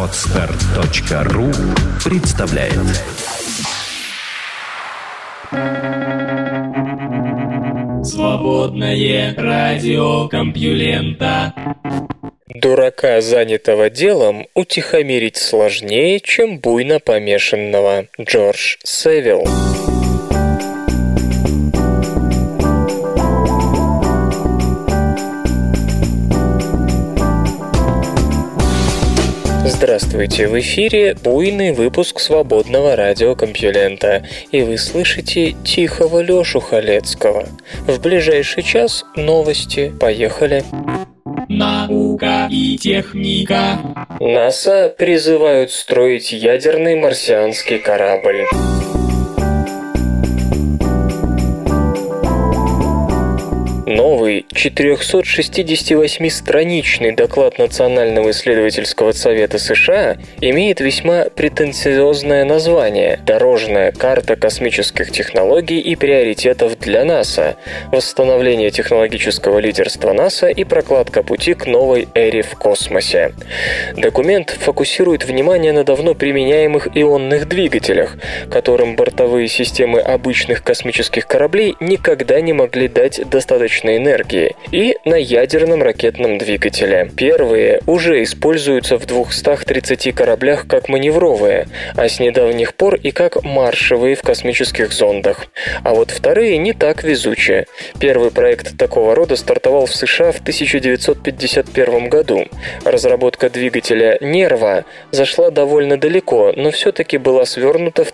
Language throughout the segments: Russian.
Podster.ru представляет. Свободное радио Компьюлента. Дурака, занятого делом, утихомирить сложнее, чем буйно помешанного. Джордж Севилл. Здравствуйте, в эфире буйный выпуск свободного радиокомпьюлента, и вы слышите тихого Лёшу Халецкого. В ближайший час новости. Поехали. Наука и техника. НАСА призывают строить ядерный марсианский корабль. Новый 468-страничный доклад Национального исследовательского совета США имеет весьма претенциозное название «Дорожная карта космических технологий и приоритетов для НАСА. Восстановление технологического лидерства НАСА и прокладка пути к новой эре в космосе». Документ фокусирует внимание на давно применяемых ионных двигателях, которым бортовые системы обычных космических кораблей никогда не могли дать достаточно энергии, и на ядерном ракетном двигателе. Первые уже используются в 230 кораблях как маневровые, а с недавних пор и как маршевые в космических зондах. А вот вторые не так везучие. Первый проект такого рода стартовал в США в 1951 году. Разработка двигателя «Нерва» зашла довольно далеко, но все-таки была свернута в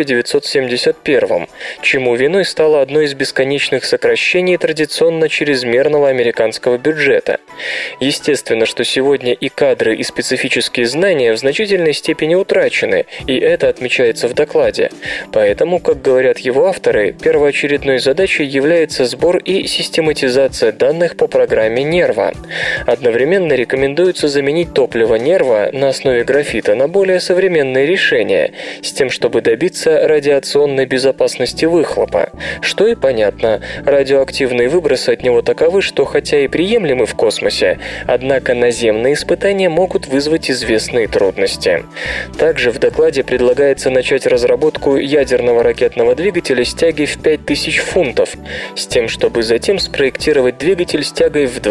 1971, чему виной стало одно из бесконечных сокращений традиционно чрезмерного американского бюджета. Естественно, что сегодня и кадры, и специфические знания в значительной степени утрачены, и это отмечается в докладе. Поэтому, как говорят его авторы, первоочередной задачей является сбор и систематизация данных по программе «Нерва». Одновременно рекомендуется заменить топливо «Нерва» на основе графита на более современные решения, с тем, чтобы добиться радиационной безопасности выхлопа. Что и понятно, радиоактивные выбросы от него таковы, что хотя и приемлемы в космосе, однако наземные испытания могут вызвать известные трудности. Также в докладе предлагается начать разработку ядерного ракетного двигателя с тягой в 5000 фунтов, с тем, чтобы затем спроектировать двигатель с тягой в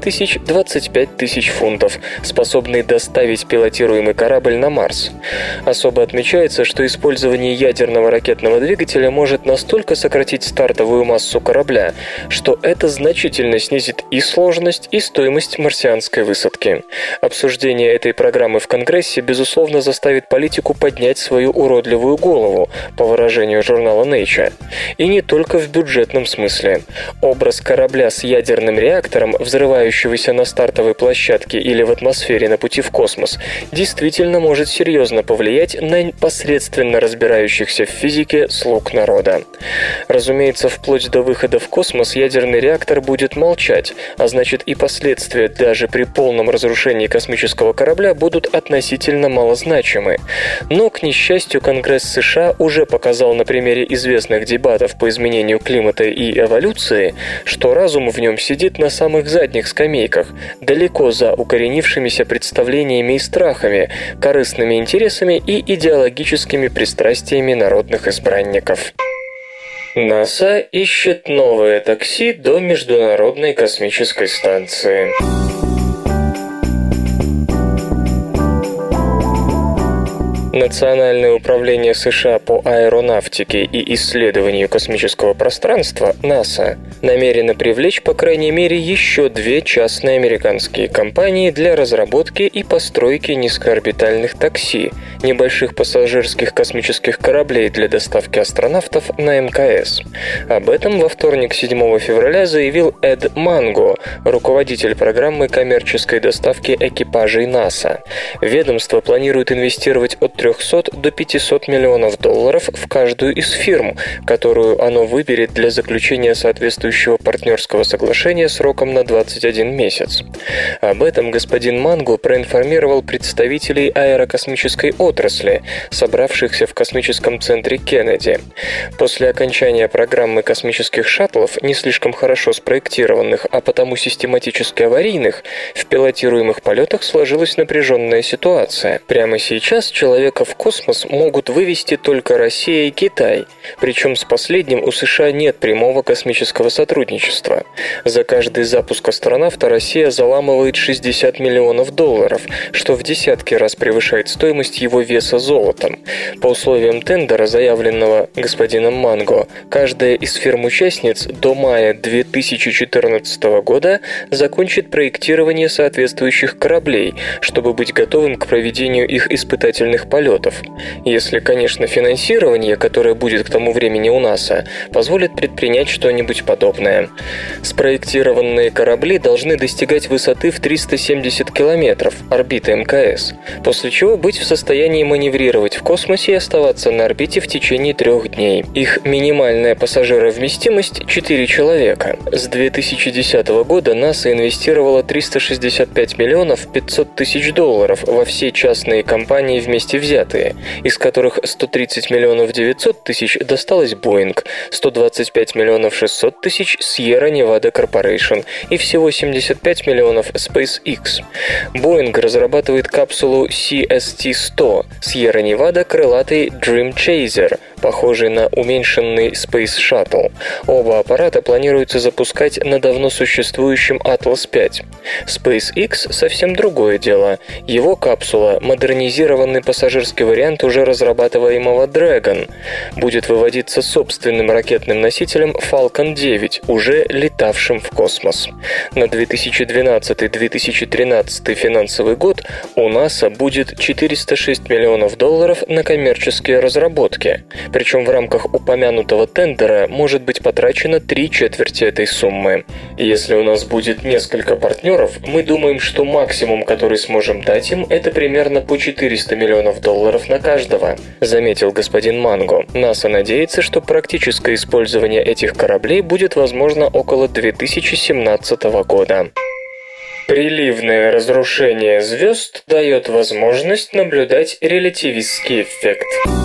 20-25 тысяч фунтов, способный доставить пилотируемый корабль на Марс. Особо отмечается, что использование ядерного ракетного двигателя может настолько сократить стартовую массу корабля, что это значительно снизит и сложность, и стоимость марсианской высадки. Обсуждение этой программы в Конгрессе, безусловно, заставит политику поднять свою уродливую голову, по выражению журнала Nature. И не только в бюджетном смысле. Образ корабля с ядерным реактором, взрывающегося на стартовой площадке или в атмосфере на пути в космос, действительно может серьезно повлиять на непосредственно разбирающихся в физике слуг народа. Разумеется, вплоть до выхода в космос ядерный реактор будет молчать, а значит и последствия даже при полном разрушении космического корабля будут относительно малозначимы. Но, к несчастью, Конгресс США уже показал на примере известных дебатов по изменению климата и эволюции, что разум в нем сидит на самых задних скамейках, далеко за укоренившимися представлениями и страхами, корыстными интересами и идеологическими пристрастиями народных избранников. НАСА ищет новое такси до Международной космической станции. Национальное управление США по аэронавтике и исследованию космического пространства, НАСА, намерено привлечь, по крайней мере, еще 2 частные американские компании для разработки и постройки низкоорбитальных такси, небольших пассажирских космических кораблей для доставки астронавтов на МКС. Об этом во вторник, 7 февраля, заявил Эд Манго, руководитель программы коммерческой доставки экипажей НАСА. Ведомство планирует инвестировать от 3 300 до 500 миллионов долларов в каждую из фирм, которую оно выберет для заключения соответствующего партнерского соглашения сроком на 21 месяц. Об этом господин Манго проинформировал представителей аэрокосмической отрасли, собравшихся в космическом центре Кеннеди. После окончания программы космических шаттлов, не слишком хорошо спроектированных, а потому систематически аварийных, в пилотируемых полетах сложилась напряженная ситуация. Прямо сейчас человека в космос могут вывести только Россия и Китай, причем с последним у США нет прямого космического сотрудничества. За каждый запуск астронавта Россия заламывает 60 миллионов долларов, что в десятки раз превышает стоимость его веса золотом. По условиям тендера, заявленного господином Манго, каждая из фирм-участниц до мая 2014 года закончит проектирование соответствующих кораблей, чтобы быть готовым к проведению их испытательных полетов. Если, конечно, финансирование, которое будет к тому времени у НАСА, позволит предпринять что-нибудь подобное. Спроектированные корабли должны достигать высоты в 370 километров, орбиты МКС, после чего быть в состоянии маневрировать в космосе и оставаться на орбите в течение 3 дней. Их минимальная пассажировместимость – 4 человека. С 2010 года НАСА инвестировала 365 миллионов 500 тысяч долларов во все частные компании вместе взятые, из которых 130 миллионов 900 тысяч досталось Boeing, 125 миллионов 600 тысяч Sierra Nevada Corporation и всего 75 миллионов SpaceX. Boeing разрабатывает капсулу CST-100, Sierra Nevada крылатый Dream Chaser, похожий на уменьшенный Space Shuttle. Оба аппарата планируется запускать на давно существующем Atlas V. SpaceX совсем другое дело. Его капсула, модернизированный пассажирский вариант уже разрабатываемого Dragon, будет выводиться собственным ракетным носителем Falcon 9, уже летавшим в космос. На 2012-2013 финансовый год у НАСА будет 406 миллионов долларов на коммерческие разработки. Причем в рамках упомянутого тендера может быть потрачено 3/4 этой суммы. Если у нас будет несколько партнеров, мы думаем, что максимум, который сможем дать им, это примерно по 400 миллионов долларов на каждого, заметил господин Манго. НАСА надеется, что практическое использование этих кораблей будет возможно около 2017 года. Приливное разрушение звезд дает возможность наблюдать релятивистский эффект.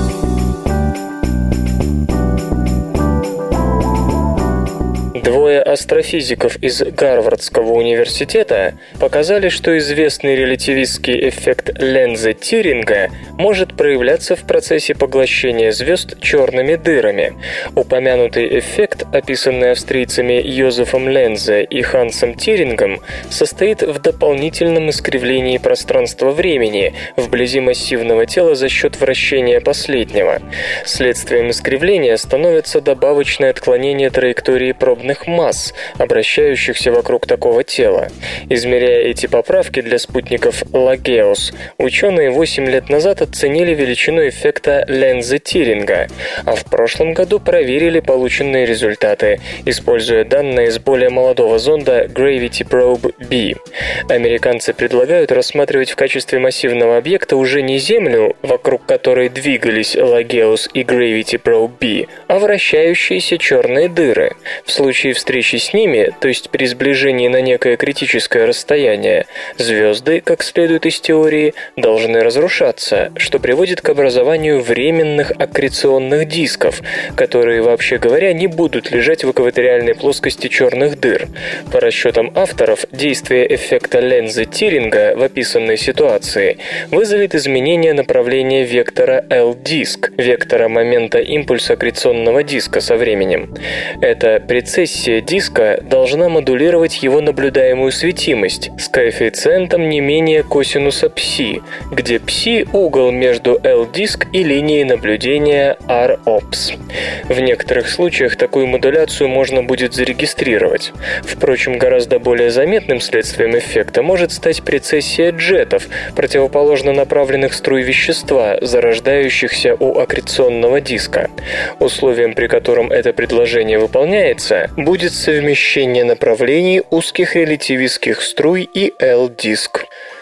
Двое астрофизиков из Гарвардского университета показали, что известный релятивистский эффект Ленза Тиринга может проявляться в процессе поглощения звезд черными дырами. Упомянутый эффект, описанный австрийцами Йозефом Лензе и Хансом Тирингом, состоит в дополнительном искривлении пространства-времени вблизи массивного тела за счет вращения последнего. Следствием искривления становится добавочное отклонение траектории пробных масс, обращающихся вокруг такого тела. Измеряя эти поправки для спутников Лагеус, ученые 8 лет назад оценили величину эффекта Ленза Тиринга, а в прошлом году проверили полученные результаты, используя данные с более молодого зонда Gravity Probe B. Американцы предлагают рассматривать в качестве массивного объекта уже не Землю, вокруг которой двигались Лагеус и Gravity Probe B, а вращающиеся черные дыры. В случае встречи с ними, то есть при сближении на некое критическое расстояние, звезды, как следует из теории, должны разрушаться, что приводит к образованию временных аккреционных дисков, которые, вообще говоря, не будут лежать в экваториальной плоскости черных дыр. По расчетам авторов, действие эффекта Ленза Тиринга в описанной ситуации вызовет изменение направления вектора L-диск, вектора момента импульса аккреционного диска со временем. Эта прецессия диска должна модулировать его наблюдаемую светимость с коэффициентом не менее косинуса пси, где пси – угол между L-диск и линией наблюдения R-OPS. В некоторых случаях такую модуляцию можно будет зарегистрировать. Впрочем, гораздо более заметным следствием эффекта может стать прецессия джетов, противоположно направленных струй вещества, зарождающихся у аккреционного диска. Условием, при котором это предложение выполняется, будет совмещение направлений узких релятивистских струй и L-диск.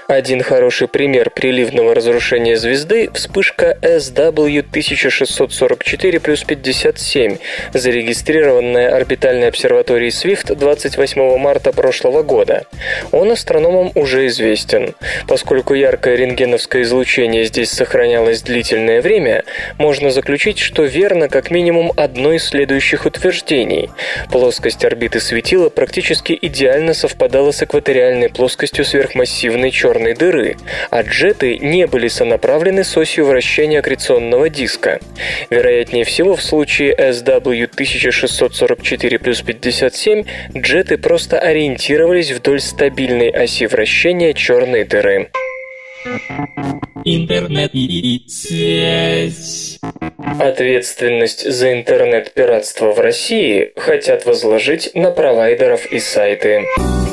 Один хороший пример приливного разрушения звезды – вспышка SW1644+57, зарегистрированная орбитальной обсерваторией Свифт 28 марта прошлого года. Он астрономам уже известен. Поскольку яркое рентгеновское излучение здесь сохранялось длительное время, можно заключить, что верно как минимум одно из следующих утверждений. Плоскость орбиты светила практически идеально совпадала с экваториальной плоскостью сверхмассивной черной дыры, а джеты не были сонаправлены с осью вращения аккреционного диска. Вероятнее всего, в случае SW1644+57 джеты просто ориентировались вдоль стабильной оси вращения черной дыры. Интернет и связь. Ответственность за интернет-пиратство в России хотят возложить на провайдеров и сайты.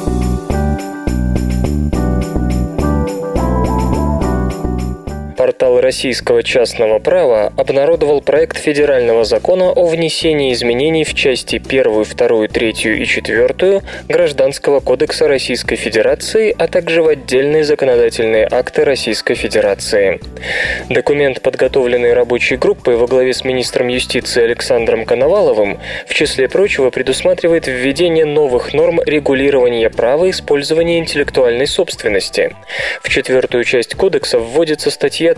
Портал российского частного права обнародовал проект федерального закона о внесении изменений в части 1, 2, 3 и 4 Гражданского кодекса Российской Федерации, а также в отдельные законодательные акты Российской Федерации. Документ, подготовленный рабочей группой во главе с министром юстиции Александром Коноваловым, в числе прочего предусматривает введение новых норм регулирования права использования интеллектуальной собственности. В 4 часть кодекса вводится статья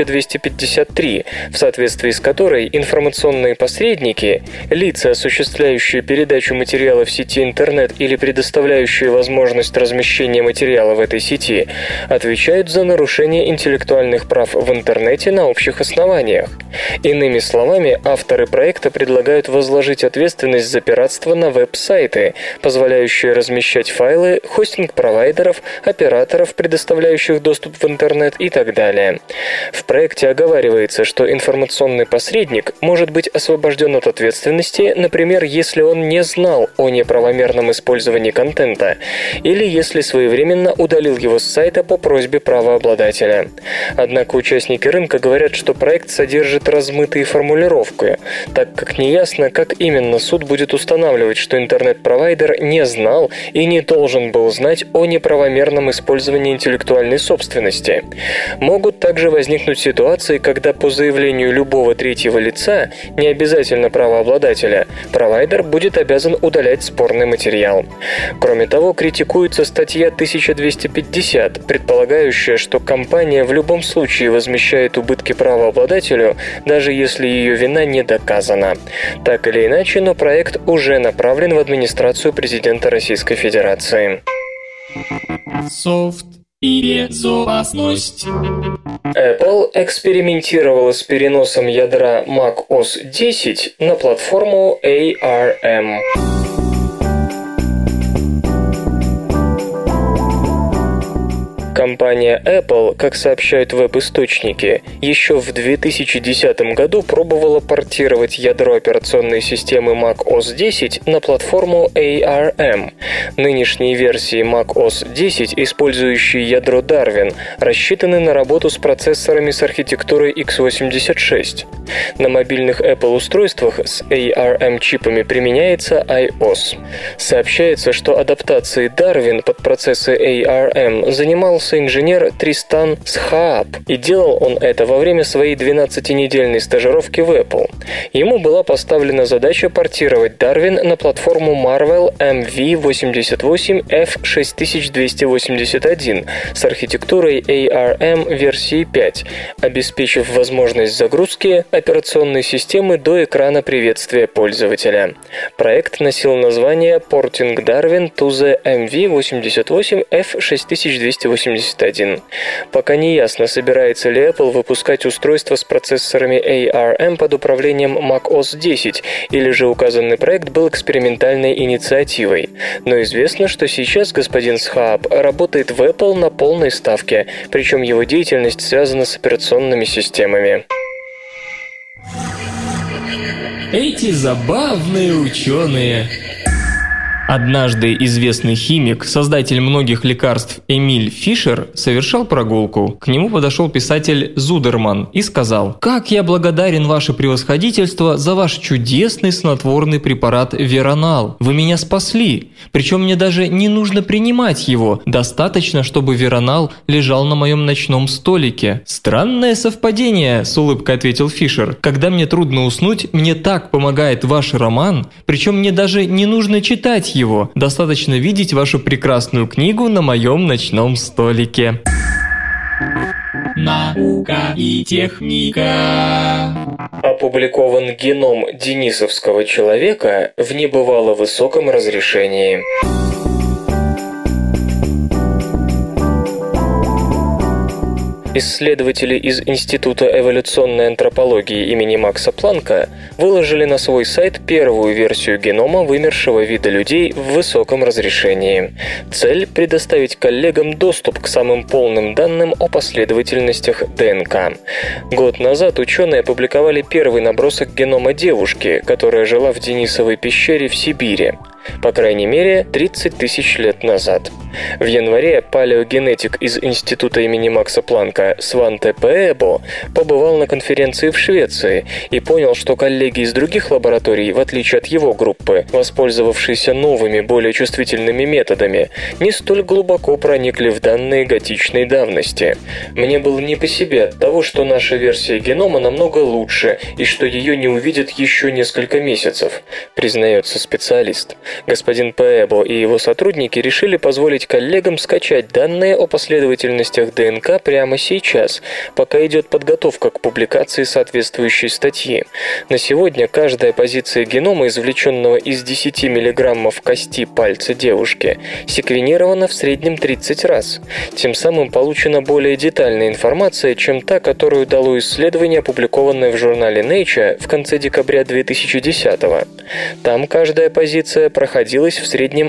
1253, в соответствии с которой информационные посредники, лица, осуществляющие передачу материала в сети интернет или предоставляющие возможность размещения материала в этой сети, отвечают за нарушение интеллектуальных прав в интернете на общих основаниях. Иными словами, авторы проекта предлагают возложить ответственность за пиратство на веб-сайты, позволяющие размещать файлы хостинг-провайдеров, операторов, предоставляющих доступ в интернет и так далее. В проекте оговаривается, что информационный посредник может быть освобожден от ответственности, например, если он не знал о неправомерном использовании контента или если своевременно удалил его с сайта по просьбе правообладателя. Однако участники рынка говорят, что проект содержит размытые формулировки, так как неясно, как именно суд будет устанавливать, что интернет-провайдер не знал и не должен был знать о неправомерном использовании интеллектуальной собственности. Могут также возникнуть ситуации, когда по заявлению любого третьего лица, не обязательно правообладателя, провайдер будет обязан удалять спорный материал. Кроме того, критикуется статья 1250, предполагающая, что компания в любом случае возмещает убытки правообладателю, даже если ее вина не доказана. Так или иначе, но проект уже направлен в администрацию президента Российской Федерации. Софт. Безопасность. Apple экспериментировала с переносом ядра macOS 10 на платформу ARM. Компания Apple, как сообщают веб-источники, еще в 2010 году пробовала портировать ядро операционной системы macOS 10 на платформу ARM. Нынешние версии macOS 10, использующие ядро Darwin, рассчитаны на работу с процессорами с архитектурой x86. На мобильных Apple устройствах с ARM-чипами применяется iOS. Сообщается, что адаптацией Darwin под процессы ARM занимался инженер Тристан Схаап, и делал он это во время своей 12-недельной стажировки в Apple. Ему была поставлена задача портировать Darwin на платформу Marvell MV88F6281 с архитектурой ARM версии 5, обеспечив возможность загрузки операционной системы до экрана приветствия пользователя. Проект носил название Porting Darwin to the MV88F6281. Пока не ясно, собирается ли Apple выпускать устройства с процессорами ARM под управлением macOS 10, или же указанный проект был экспериментальной инициативой. Но известно, что сейчас господин Схаап работает в Apple на полной ставке, причем его деятельность связана с операционными системами. Эти забавные ученые. Однажды известный химик, создатель многих лекарств Эмиль Фишер, совершал прогулку. К нему подошел писатель Зудерман и сказал: «Как я благодарен, ваше превосходительство, за ваш чудесный снотворный препарат Веронал. Вы меня спасли. Причем мне даже не нужно принимать его. Достаточно, чтобы Веронал лежал на моем ночном столике». «Странное совпадение», – с улыбкой ответил Фишер. «Когда мне трудно уснуть, мне так помогает ваш роман. Причем мне даже не нужно читать его. Достаточно видеть вашу прекрасную книгу на моем ночном столике». Наука и техника. Опубликован геном денисовского человека в небывало высоком разрешении. Исследователи из Института эволюционной антропологии имени Макса Планка выложили на свой сайт первую версию генома вымершего вида людей в высоком разрешении. Цель – предоставить коллегам доступ к самым полным данным о последовательностях ДНК. Год назад ученые опубликовали первый набросок генома девушки, которая жила в Денисовой пещере в Сибири. По крайней мере, 30 тысяч лет назад. В январе палеогенетик из Института имени Макса Планка Сванте Паэбо побывал на конференции в Швеции и понял, что коллеги из других лабораторий, в отличие от его группы, воспользовавшиеся новыми, более чувствительными методами, не столь глубоко проникли в данные готичной давности. «Мне было не по себе от того, что наша версия генома намного лучше и что ее не увидят еще несколько месяцев», признается специалист. Господин Паэбо и его сотрудники решили позволить коллегам скачать данные о последовательностях ДНК прямо сейчас, пока идет подготовка к публикации соответствующей статьи. На сегодня каждая позиция генома, извлеченного из 10 мг кости пальца девушки, секвенирована в среднем 30 раз. Тем самым получена более детальная информация, чем та, которую дало исследование, опубликованное в журнале Nature в конце декабря 2010 года. Там каждая позиция проходилась в среднем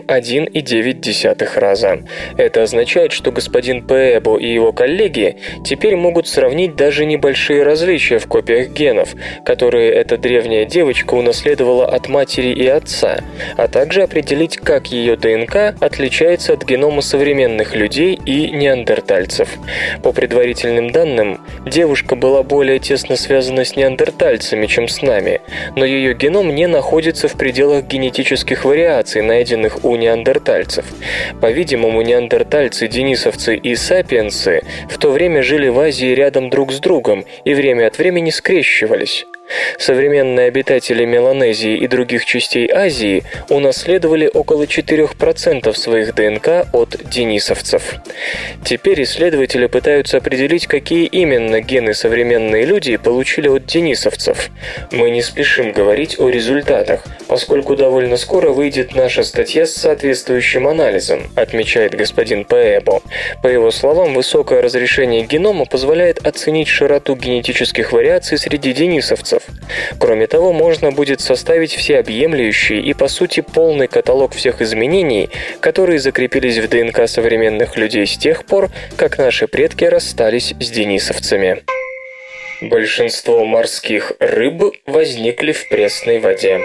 1,9 раза. Это означает, что господин Паэбо и его коллеги теперь могут сравнить даже небольшие различия в копиях генов, которые эта древняя девочка унаследовала от матери и отца, а также определить, как ее ДНК отличается от генома современных людей и неандертальцев. По предварительным данным, девушка была более тесно связана с неандертальцами, чем с нами, но ее геном не находится в пределах генетических вариаций, найденных у неандертальцев. По-видимому, неандертальцы, денисовцы и сапиенсы в то время жили в Азии рядом друг с другом и время от времени скрещивались. Современные обитатели Меланезии и других частей Азии унаследовали около 4% своих ДНК от денисовцев. Теперь исследователи пытаются определить, какие именно гены современные люди получили от денисовцев. Мы не спешим говорить о результатах, поскольку довольно скоро выйдет наша статья с соответствующим анализом, отмечает господин Паэбо. По его словам, высокое разрешение генома позволяет оценить широту генетических вариаций среди денисовцев. Кроме того, можно будет составить всеобъемлющий и, по сути, полный каталог всех изменений, которые закрепились в ДНК современных людей с тех пор, как наши предки расстались с денисовцами. Большинство морских рыб возникли в пресной воде.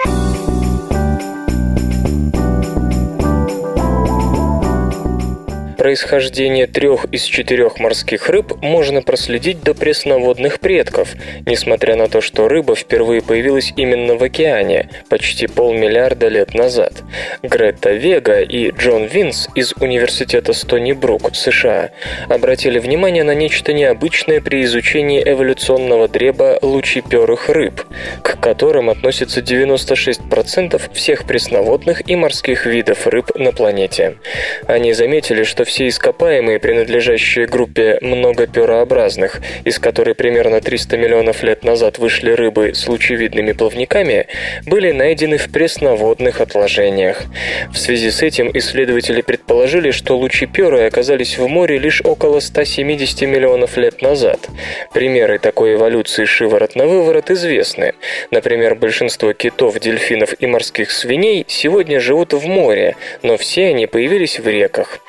Происхождение 3 из 4 морских рыб можно проследить до пресноводных предков, несмотря на то, что рыба впервые появилась именно в океане почти 500 миллиарда лет назад. Грета Вега и Джон Винс из Университета Стони-Брук, США, обратили внимание на нечто необычное при изучении эволюционного древа лучеперых рыб, к которым относятся 96% всех пресноводных и морских видов рыб на планете. Они заметили, что все ископаемые, принадлежащие группе многоперообразных, из которой примерно 300 миллионов лет назад вышли рыбы с лучевидными плавниками, были найдены в пресноводных отложениях. В связи с этим исследователи предположили, что лучеперы оказались в море лишь около 170 миллионов лет назад. Примеры такой эволюции шиворот на выворот известны. Например, большинство китов, дельфинов и морских свиней сегодня живут в море, но все они появились в реках. Майк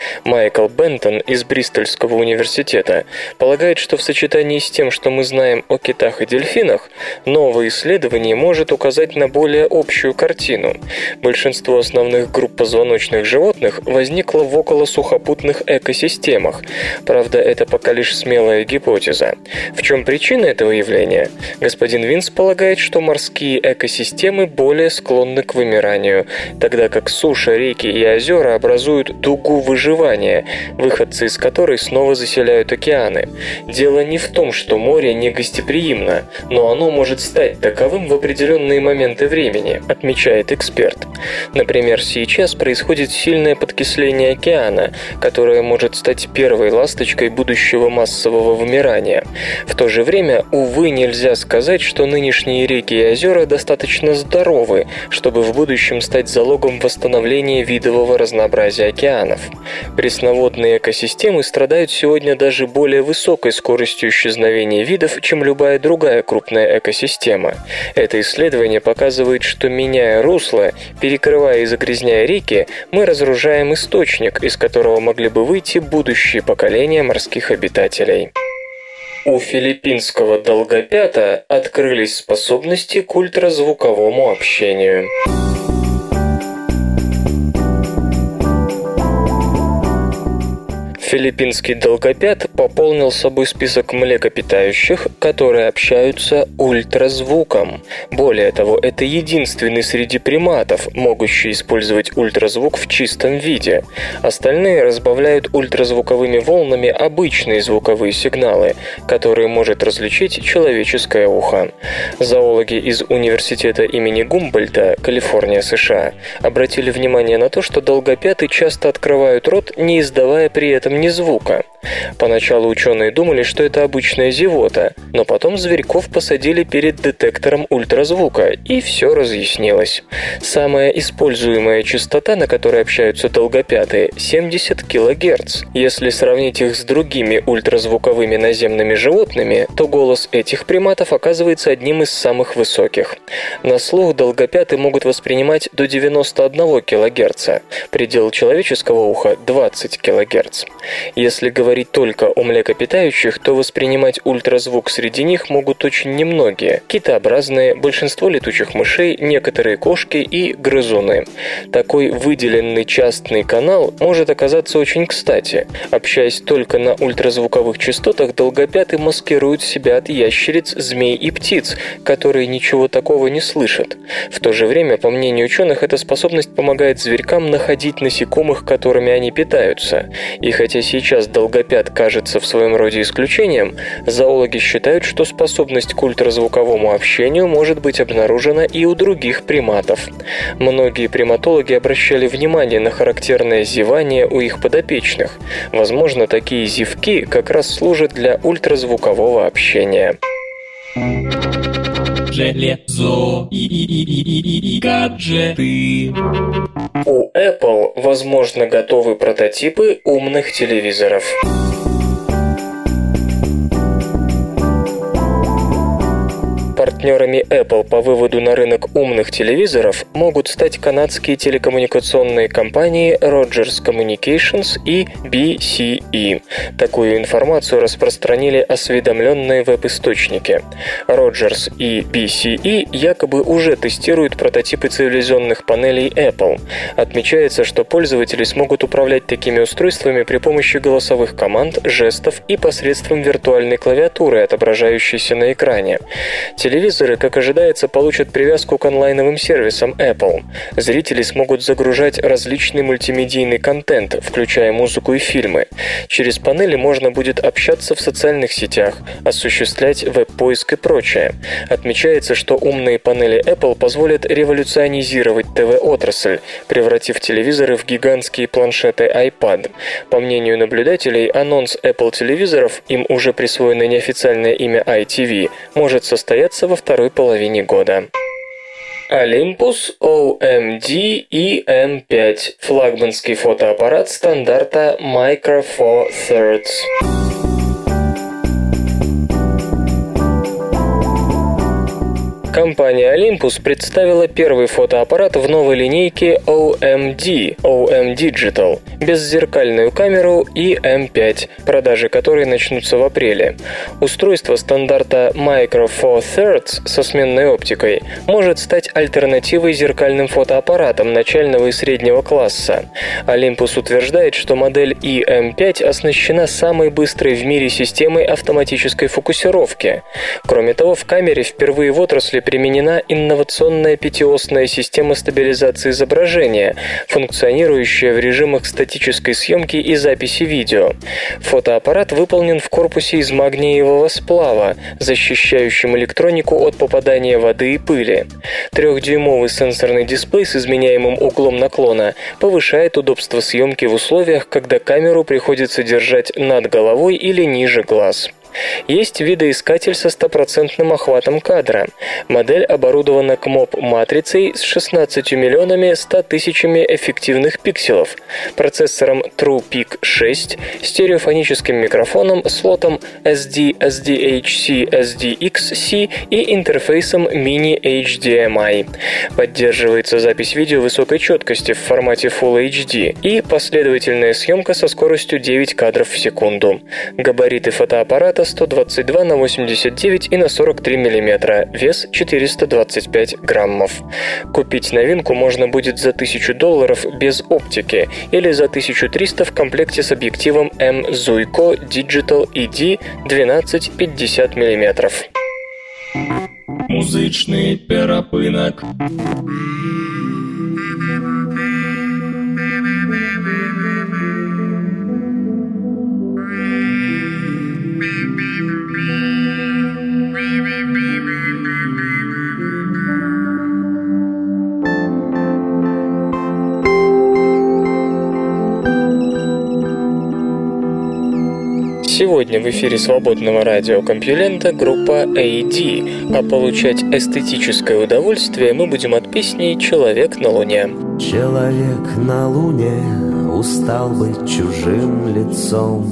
Майкл Бентон из Бристольского университета полагает, что в сочетании с тем, что мы знаем о китах и дельфинах, новое исследование может указать на более общую картину. Большинство основных групп позвоночных животных возникло в околосухопутных экосистемах. Правда, это пока лишь смелая гипотеза. В чем причина этого явления? Господин Винс полагает, что морские экосистемы более склонны к вымиранию, тогда как суша, реки и озера образуют дугу выживания, выходцы из которой снова заселяют океаны. Дело не в том, что море не гостеприимно, но оно может стать таковым в определенные моменты времени, отмечает эксперт. Например, сейчас происходит сильное подкисление океана, которое может стать первой ласточкой будущего массового вымирания. В то же время, увы, нельзя сказать, что нынешние реки и озера достаточно здоровы, чтобы в будущем стать залогом восстановления видового разнообразия океанов. Пресноводные экосистемы страдают сегодня даже более высокой скоростью исчезновения видов, чем любая другая крупная экосистема. Это исследование показывает, что, меняя русло, перекрывая и загрязняя реки, мы разоружаем источник, из которого могли бы выйти будущие поколения морских обитателей. У филиппинского долгопята открылись способности к ультразвуковому общению. Филиппинский долгопят пополнил собой список млекопитающих, которые общаются ультразвуком. Более того, это единственный среди приматов, могущий использовать ультразвук в чистом виде. Остальные разбавляют ультразвуковыми волнами обычные звуковые сигналы, которые может различить человеческое ухо. Зоологи из университета имени Гумбольдта, Калифорния, США, обратили внимание на то, что долгопяты часто открывают рот, не издавая при этом ни звука. Поначалу ученые думали, что это обычная зевота, но потом зверьков посадили перед детектором ультразвука, и все разъяснилось. Самая используемая частота, на которой общаются долгопятые, 70 кГц. Если сравнить их с другими ультразвуковыми наземными животными, то голос этих приматов оказывается одним из самых высоких. На слух долгопяты могут воспринимать до 91 кГц. Предел человеческого уха – 20 кГц. Если говорить только о млекопитающих, то воспринимать ультразвук среди них могут очень немногие. Китообразные, большинство летучих мышей, некоторые кошки и грызуны. Такой выделенный частный канал может оказаться очень кстати. Общаясь только на ультразвуковых частотах, долгопяты маскируют себя от ящериц, змей и птиц, которые ничего такого не слышат. В то же время, по мнению ученых, эта способность помогает зверькам находить насекомых, которыми они питаются. И хотя сейчас долгопят кажется в своем роде исключением, зоологи считают, что способность к ультразвуковому общению может быть обнаружена и у других приматов. Многие приматологи обращали внимание на характерное зевание у их подопечных. Возможно, такие зевки как раз служат для ультразвукового общения. Железо и гаджеты. У Apple, возможно, готовы прототипы умных телевизоров. Партнерами Apple по выводу на рынок умных телевизоров могут стать канадские телекоммуникационные компании Rogers Communications и BCE. Такую информацию распространили осведомленные веб-источники. Rogers и BCE якобы уже тестируют прототипы телевизионных панелей Apple. Отмечается, что пользователи смогут управлять такими устройствами при помощи голосовых команд, жестов и посредством виртуальной клавиатуры, отображающейся на экране. Телевизоры, как ожидается, получат привязку к онлайновым сервисам Apple. Зрители смогут загружать различный мультимедийный контент, включая музыку и фильмы. Через панели можно будет общаться в социальных сетях, осуществлять веб-поиск и прочее. Отмечается, что умные панели Apple позволят революционизировать ТВ-отрасль, превратив телевизоры в гигантские планшеты iPad. По мнению наблюдателей, анонс Apple телевизоров, им уже присвоено неофициальное имя iTV, может состояться во второй половине года. Olympus OMD EM5 – флагманский фотоаппарат стандарта Micro Four Thirds. Компания Olympus представила первый фотоаппарат в новой линейке OM Digital, беззеркальную камеру и M5, продажи которой начнутся в апреле. Устройство стандарта Micro Four Thirds со сменной оптикой может стать альтернативой зеркальным фотоаппаратам начального и среднего класса. Olympus утверждает, что модель EM5 оснащена самой быстрой в мире системой автоматической фокусировки. Кроме того, в камере впервые в отрасли применена инновационная пятиосная система стабилизации изображения, функционирующая в режимах статической съемки и записи видео. Фотоаппарат выполнен в корпусе из магниевого сплава, защищающим электронику от попадания воды и пыли. 3-дюймовый сенсорный дисплей с изменяемым углом наклона повышает удобство съемки в условиях, когда камеру приходится держать над головой или ниже глаз. Есть видоискатель со 100% охватом кадра. Модель оборудована КМОП-матрицей с 16 миллионами 100 тысячами эффективных пикселов, процессором TruePic 6, стереофоническим микрофоном, слотом SD, SDHC, SDXC и интерфейсом Mini HDMI. Поддерживается запись видео высокой четкости в формате Full HD и последовательная съемка со скоростью 9 кадров в секунду. Габариты фотоаппарата 122 на 89 и на 43 мм, вес 425 граммов. Купить новинку можно будет за $1000 без оптики или за 1300 в комплекте с объективом M Zuiko Digital ED 12-50 мм. Музичний перепинок. Сегодня в эфире свободного радиокомпьюлента группа AD, а получать эстетическое удовольствие мы будем от песни «Человек на Луне». Человек на Луне устал быть чужим лицом,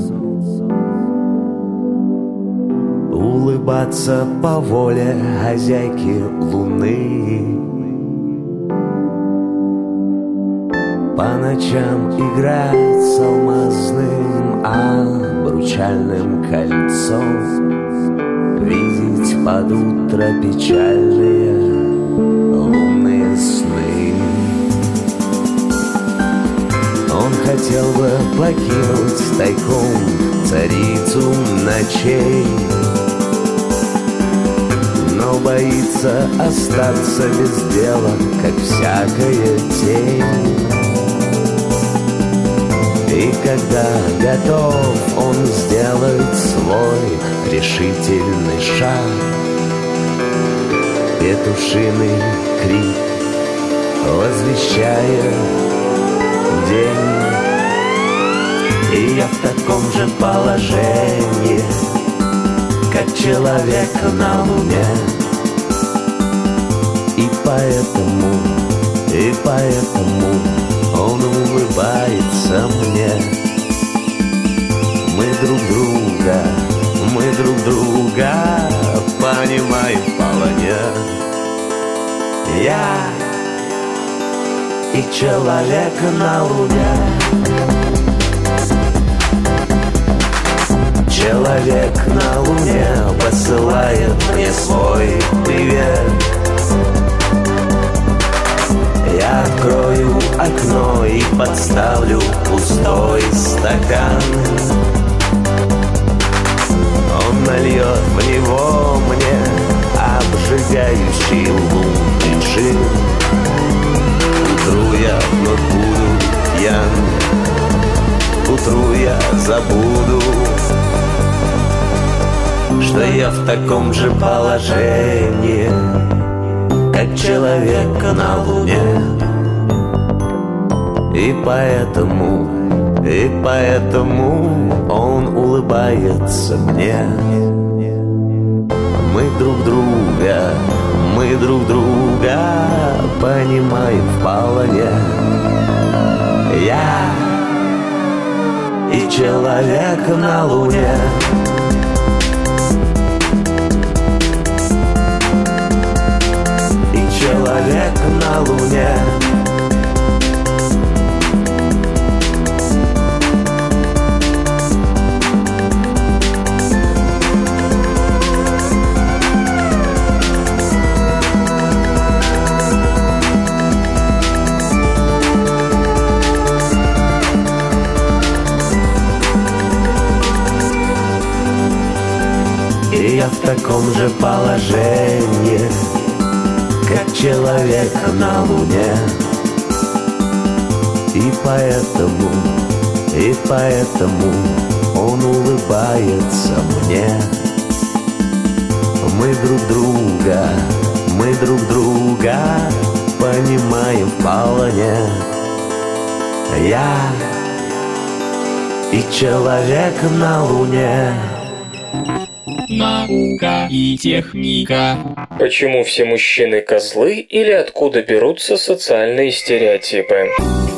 улыбаться по воле хозяйки Луны, по ночам играть с алмазным обручальным кольцом, видеть под утро печальные лунные сны. Он хотел бы покинуть тайком царицу ночей, но боится остаться без дела, как всякая тень. И когда готов он сделать свой решительный шаг, петушиный крик возвещает день. И я в таком же положении, как человек на Луне. И поэтому он улыбается мне. Мы друг друга понимаем вполне. Я и человек на Луне. Человек на Луне посылает мне свой привет. Я открою окно и подставлю пустой стакан. Он нальет в него мне обжигающий лунный джин. Утру я вновь буду пьян, утру я забуду, что я в таком же положении, как человек на Луне. И поэтому он улыбается мне. Мы друг друга понимаем вполне. Я и человек на Луне. И я в таком же положении, как человек на Луне. И поэтому он улыбается мне. Мы друг друга понимаем вполне. Я и человек на Луне. Наука и техника. Почему все мужчины козлы или откуда берутся социальные стереотипы?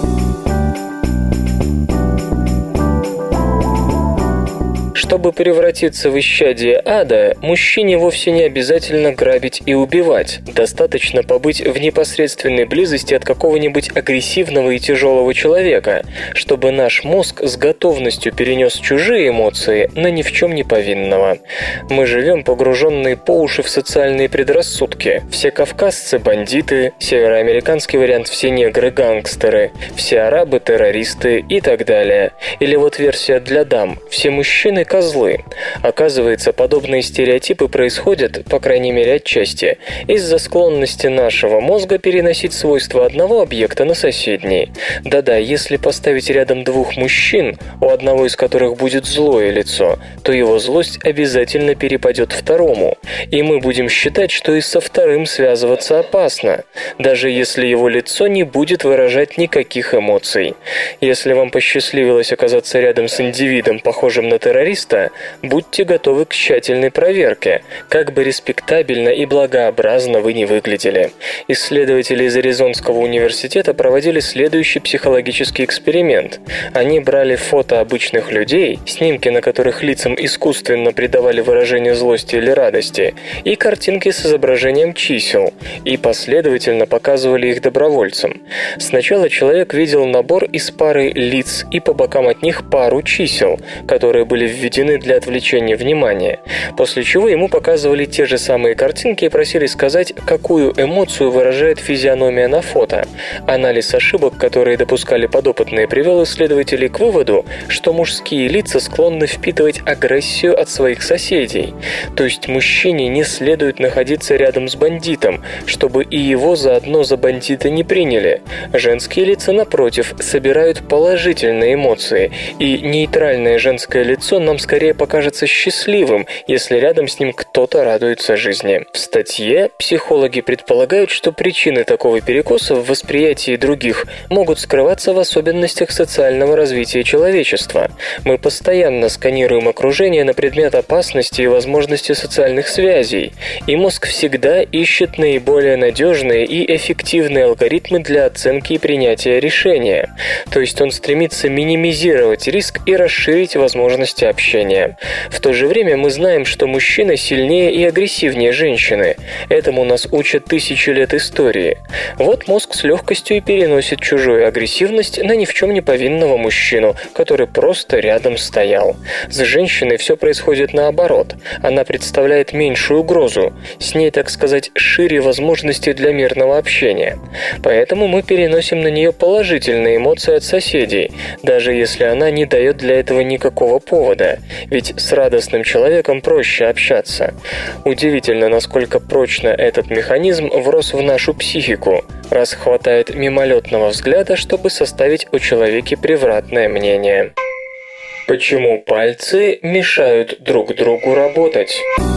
Чтобы превратиться в исчадие ада, мужчине вовсе не обязательно грабить и убивать. Достаточно побыть в непосредственной близости от какого-нибудь агрессивного и тяжелого человека, чтобы наш мозг с готовностью перенес чужие эмоции на ни в чем не повинного. Мы живем погруженные по уши в социальные предрассудки. Все кавказцы – бандиты, североамериканский вариант – все негры – гангстеры, все арабы – террористы и так далее. Или вот версия для дам – все мужчины – козлы. Оказывается, подобные стереотипы происходят, по крайней мере отчасти, из-за склонности нашего мозга переносить свойства одного объекта на соседний. Да-да, если поставить рядом двух мужчин, у одного из которых будет злое лицо, то его злость обязательно перепадет второму, и мы будем считать, что и со вторым связываться опасно, даже если его лицо не будет выражать никаких эмоций. Если вам посчастливилось оказаться рядом с индивидом, похожим на террориста, будьте готовы к тщательной проверке, как бы респектабельно и благообразно вы ни выглядели. Исследователи из Аризонского университета проводили следующий психологический эксперимент. Они брали фото обычных людей, снимки на которых лицам искусственно придавали выражение злости или радости, и картинки с изображением чисел, и последовательно показывали их добровольцам. Сначала человек видел набор из пары лиц и по бокам от них пару чисел, которые были введены для отвлечения внимания, после чего ему показывали те же самые картинки и просили сказать, какую эмоцию выражает физиономия на фото. Анализ ошибок, которые допускали подопытные, привел исследователей к выводу, что мужские лица склонны впитывать агрессию от своих соседей. То есть мужчине не следует находиться рядом с бандитом, чтобы и его заодно за бандита не приняли. Женские лица, напротив, собирают положительные эмоции, и нейтральное женское лицо нам скорее покажется счастливым, если рядом с ним кто-то радуется жизни. В статье психологи предполагают, что причины такого перекоса в восприятии других могут скрываться в особенностях социального развития человечества. Мы постоянно сканируем окружение на предмет опасности и возможности социальных связей, и мозг всегда ищет наиболее надежные и эффективные алгоритмы для оценки и принятия решения. То есть он стремится минимизировать риск и расширить возможности общения. В то же время мы знаем, что мужчина сильнее и агрессивнее женщины. Этому нас учат тысячи лет истории. Вот мозг с легкостью и переносит чужую агрессивность на ни в чем не повинного мужчину, который просто рядом стоял. С женщиной все происходит наоборот. Она представляет меньшую угрозу. С ней, так сказать, шире возможности для мирного общения. Поэтому мы переносим на нее положительные эмоции от соседей, даже если она не дает для этого никакого повода. Ведь с радостным человеком проще общаться. Удивительно, насколько прочно этот механизм врос в нашу психику, раз хватает мимолетного взгляда, чтобы составить о человеке превратное мнение. Почему пальцы мешают друг другу работать?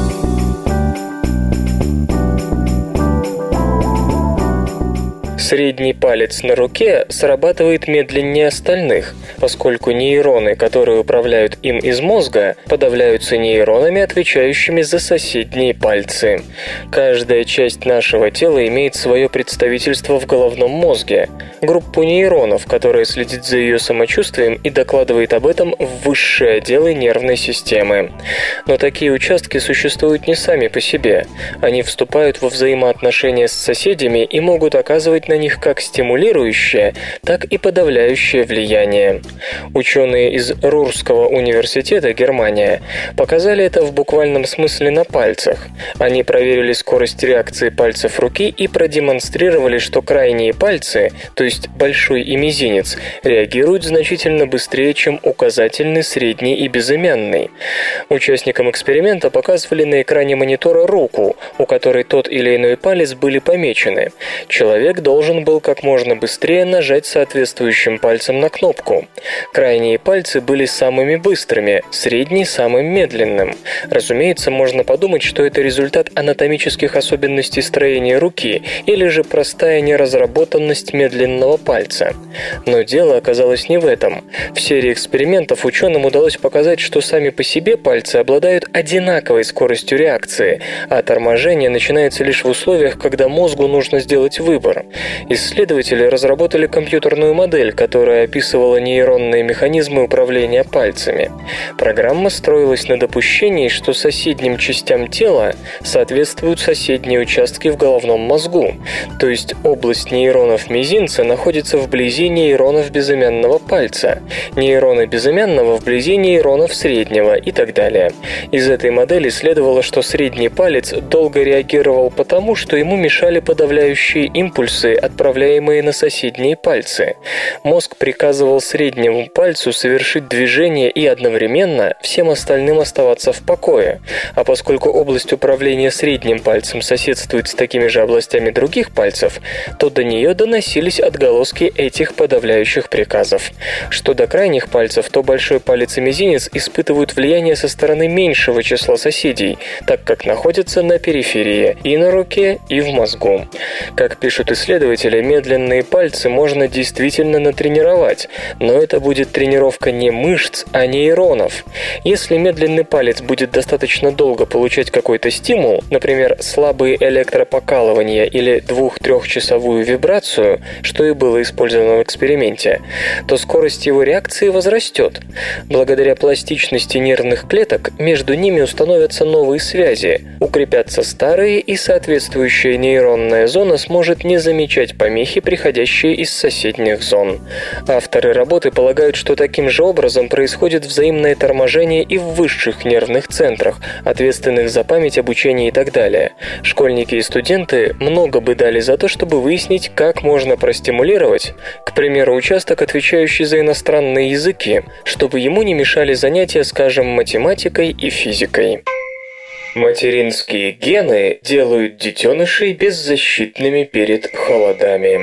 Средний палец на руке срабатывает медленнее остальных, поскольку нейроны, которые управляют им из мозга, подавляются нейронами, отвечающими за соседние пальцы. Каждая часть нашего тела имеет свое представительство в головном мозге, группу нейронов, которая следит за ее самочувствием и докладывает об этом в высшие отделы нервной системы. Но такие участки существуют не сами по себе. Они вступают во взаимоотношения с соседями и могут оказывать на на них как стимулирующее, так и подавляющее влияние. Ученые из Рурского университета, Германия, показали это в буквальном смысле на пальцах. Они проверили скорость реакции пальцев руки и продемонстрировали, что крайние пальцы, то есть большой и мизинец, реагируют значительно быстрее, чем указательный, средний и безымянный. Участникам эксперимента показывали на экране монитора руку, у которой тот или иной палец были помечены. Человек должен был как можно быстрее нажать соответствующим пальцем на кнопку. Крайние пальцы были самыми быстрыми, средний – самым медленным. Разумеется, можно подумать, что это результат анатомических особенностей строения руки или же простая неразработанность медленного пальца. Но дело оказалось не в этом. В серии экспериментов ученым удалось показать, что сами по себе пальцы обладают одинаковой скоростью реакции, а торможение начинается лишь в условиях, когда мозгу нужно сделать выбор. Исследователи разработали компьютерную модель, которая описывала нейронные механизмы управления пальцами. Программа строилась на допущении, что соседним частям тела соответствуют соседние участки в головном мозгу, то есть область нейронов мизинца находится вблизи нейронов безымянного пальца, нейроны безымянного вблизи нейронов среднего и так далее. Из этой модели следовало, что средний палец долго реагировал потому, что ему мешали подавляющие импульсы, отправляемые на соседние пальцы. Мозг приказывал среднему пальцу совершить движение и одновременно всем остальным оставаться в покое. А поскольку область управления средним пальцем соседствует с такими же областями других пальцев, то до нее доносились отголоски этих подавляющих приказов. Что до крайних пальцев, то большой палец и мизинец испытывают влияние со стороны меньшего числа соседей, так как находятся на периферии и на руке, и в мозгу. Как пишут исследователи, медленные пальцы можно действительно натренировать, но это будет тренировка не мышц, а нейронов. Если медленный палец будет достаточно долго получать какой-то стимул, например, слабые электропокалывания или 2-3-часовую вибрацию, что и было использовано в эксперименте, то скорость его реакции возрастет. Благодаря пластичности нервных клеток между ними установятся новые связи, укрепятся старые, и соответствующая нейронная зона сможет не замечать помехи, приходящие из соседних зон. Авторы работы полагают, что таким же образом происходит взаимное торможение и в высших нервных центрах, ответственных за память, обучение и так далее. Школьники и студенты много бы дали за то, чтобы выяснить, как можно простимулировать, к примеру, участок, отвечающий за иностранные языки, чтобы ему не мешали занятия, скажем, математикой и физикой. Материнские гены делают детенышей беззащитными перед холодами.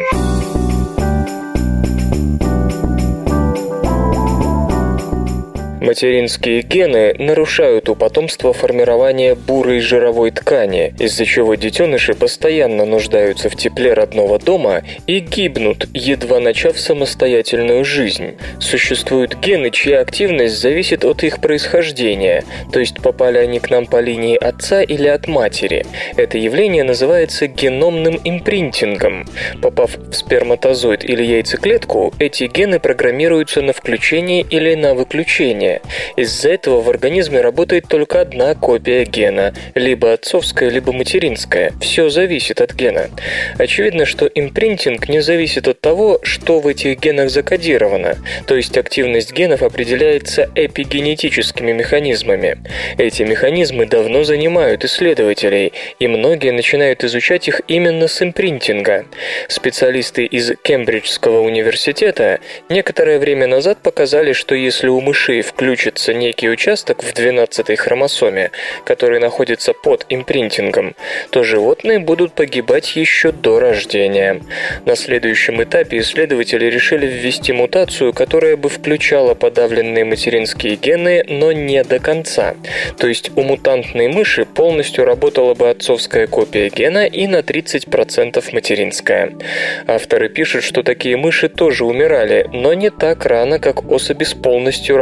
Материнские гены нарушают у потомства формирование бурой жировой ткани, из-за чего детеныши постоянно нуждаются в тепле родного дома и гибнут, едва начав самостоятельную жизнь. Существуют гены, чья активность зависит от их происхождения, то есть попали они к нам по линии отца или от матери. Это явление называется геномным импринтингом. Попав в сперматозоид или яйцеклетку, эти гены программируются на включение или на выключение. Из-за этого в организме работает только одна копия гена, либо отцовская, либо материнская. Все зависит от гена. Очевидно, что импринтинг не зависит от того, что в этих генах закодировано, то есть активность генов определяется эпигенетическими механизмами. Эти механизмы давно занимают исследователей, и многие начинают изучать их именно с импринтинга. Специалисты из Кембриджского университета некоторое время назад показали, что если у мышей включится некий участок в 12-й хромосоме, который находится под импринтингом, то животные будут погибать еще до рождения. На следующем этапе исследователи решили ввести мутацию, которая бы включала подавленные материнские гены, но не до конца. То есть у мутантной мыши полностью работала бы отцовская копия гена и на 30% материнская. Авторы пишут, что такие мыши тоже умирали, но не так рано, как особи с полностью работающей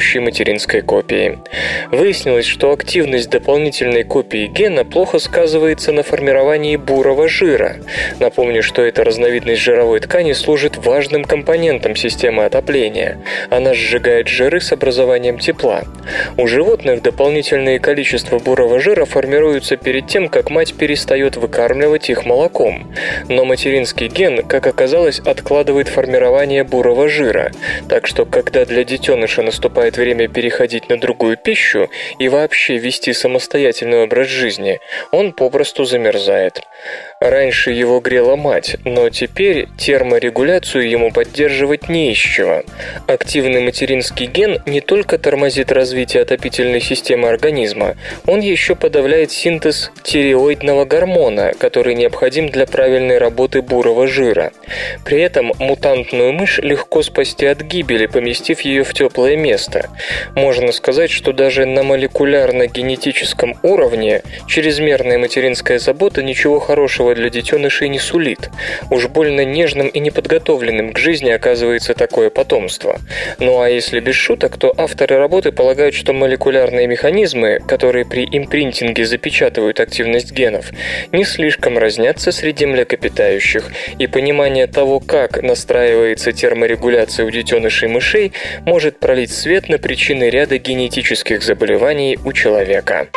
предыдущей материнской копии. Выяснилось, что активность дополнительной копии гена плохо сказывается на формировании бурого жира. Напомню, что эта разновидность жировой ткани служит важным компонентом системы отопления. Она сжигает жиры с образованием тепла. У животных дополнительные количества бурого жира формируются перед тем, как мать перестает выкармливать их молоком. Но материнский ген, как оказалось, откладывает формирование бурого жира. Так что, когда для детеныша наступает время переходить на другую пищу и вообще вести самостоятельный образ жизни, он попросту замерзает. Раньше его грела мать, но теперь терморегуляцию ему поддерживать не из чего. Активный материнский ген не только тормозит развитие отопительной системы организма, он еще подавляет синтез тиреоидного гормона, который необходим для правильной работы бурого жира. При этом мутантную мышь легко спасти от гибели, поместив ее в теплое место. Можно сказать, что даже на молекулярно-генетическом уровне чрезмерная материнская забота ничего хорошего для детенышей не сулит. Уж больно нежным и неподготовленным к жизни оказывается такое потомство. Ну а если без шуток, то авторы работы полагают, что молекулярные механизмы, которые при импринтинге запечатывают активность генов, не слишком разнятся среди млекопитающих, и понимание того, как настраивается терморегуляция у детенышей мышей, может пролить свет на причины ряда генетических заболеваний у человека.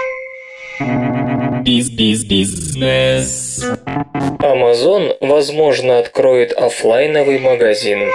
Бизнес. Amazon, возможно, откроет офлайновый магазин.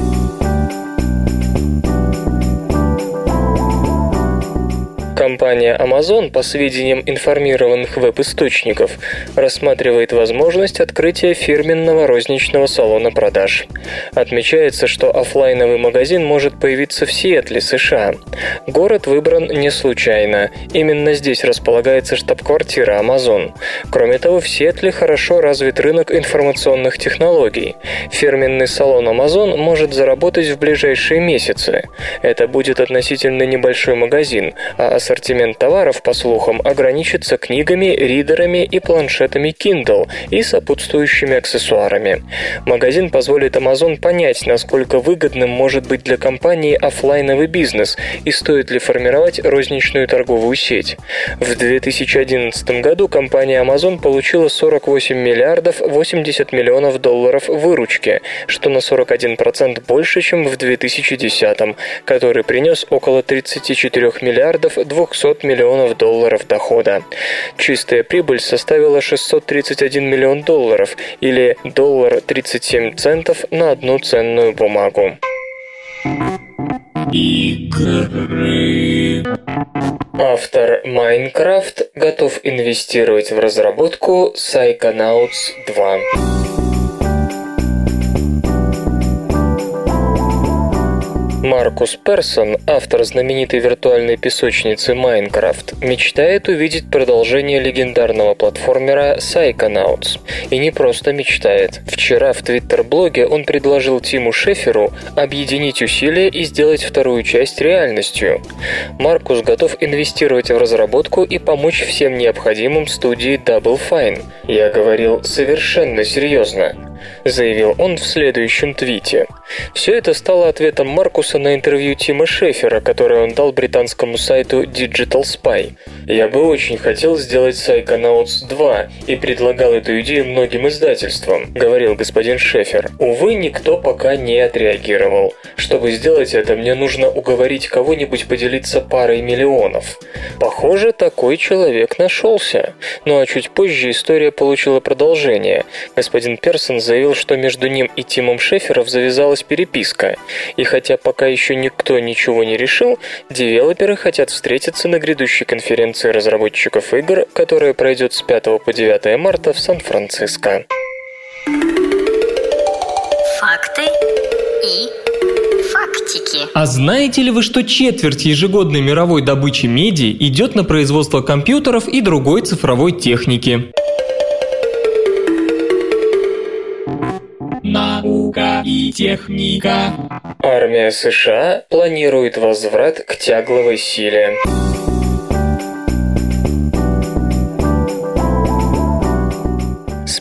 Компания Amazon, по сведениям информированных веб-источников, рассматривает возможность открытия фирменного розничного салона продаж. Отмечается, что офлайновый магазин может появиться в Сиэтле, США. Город выбран не случайно. Именно здесь располагается штаб-квартира Amazon. Кроме того, в Сиэтле хорошо развит рынок информационных технологий. Фирменный салон Amazon может заработать в ближайшие месяцы. Это будет относительно небольшой магазин, а ассортимент товаров, по слухам, ограничится книгами, ридерами и планшетами Kindle и сопутствующими аксессуарами. Магазин позволит Amazon понять, насколько выгодным может быть для компании офлайновый бизнес и стоит ли формировать розничную торговую сеть. В 2011 году компания Amazon получила 48 миллиардов 80 миллионов долларов выручки, что на 41% больше, чем в 2010, который принес около 34 миллиардов 200 миллионов долларов дохода. Чистая прибыль составила 631 миллион долларов или $1.37 на одну ценную бумагу. Игры. Автор Minecraft готов инвестировать в разработку Psychonauts 2. Маркус Персон, автор знаменитой виртуальной песочницы Minecraft, мечтает увидеть продолжение легендарного платформера Psychonauts. И не просто мечтает. Вчера в твиттер-блоге он предложил Тиму Шеферу объединить усилия и сделать вторую часть реальностью. Маркус готов инвестировать в разработку и помочь всем необходимым студии Double Fine. Я говорил совершенно серьезно, заявил он в следующем твите. Все это стало ответом Маркуса на интервью Тима Шефера, которое он дал британскому сайту Digital Spy. «Я бы очень хотел сделать Psychonauts 2 и предлагал эту идею многим издательствам», — говорил господин Шефер. «Увы, никто пока не отреагировал. Чтобы сделать это, мне нужно уговорить кого-нибудь поделиться парой миллионов». Похоже, такой человек нашелся. Ну а чуть позже история получила продолжение. Господин Персон заявил, что между ним и Тимом Шефером завязалась переписка. И хотя пока еще никто ничего не решил, девелоперы хотят встретиться на грядущей конференции разработчиков игр, которая пройдет с 5 по 9 марта в Сан-Франциско. Факты и фактики. А знаете ли вы, что четверть ежегодной мировой добычи меди идет на производство компьютеров и другой цифровой техники? Наука и техника. Армия США планирует возврат к тягловой силе. С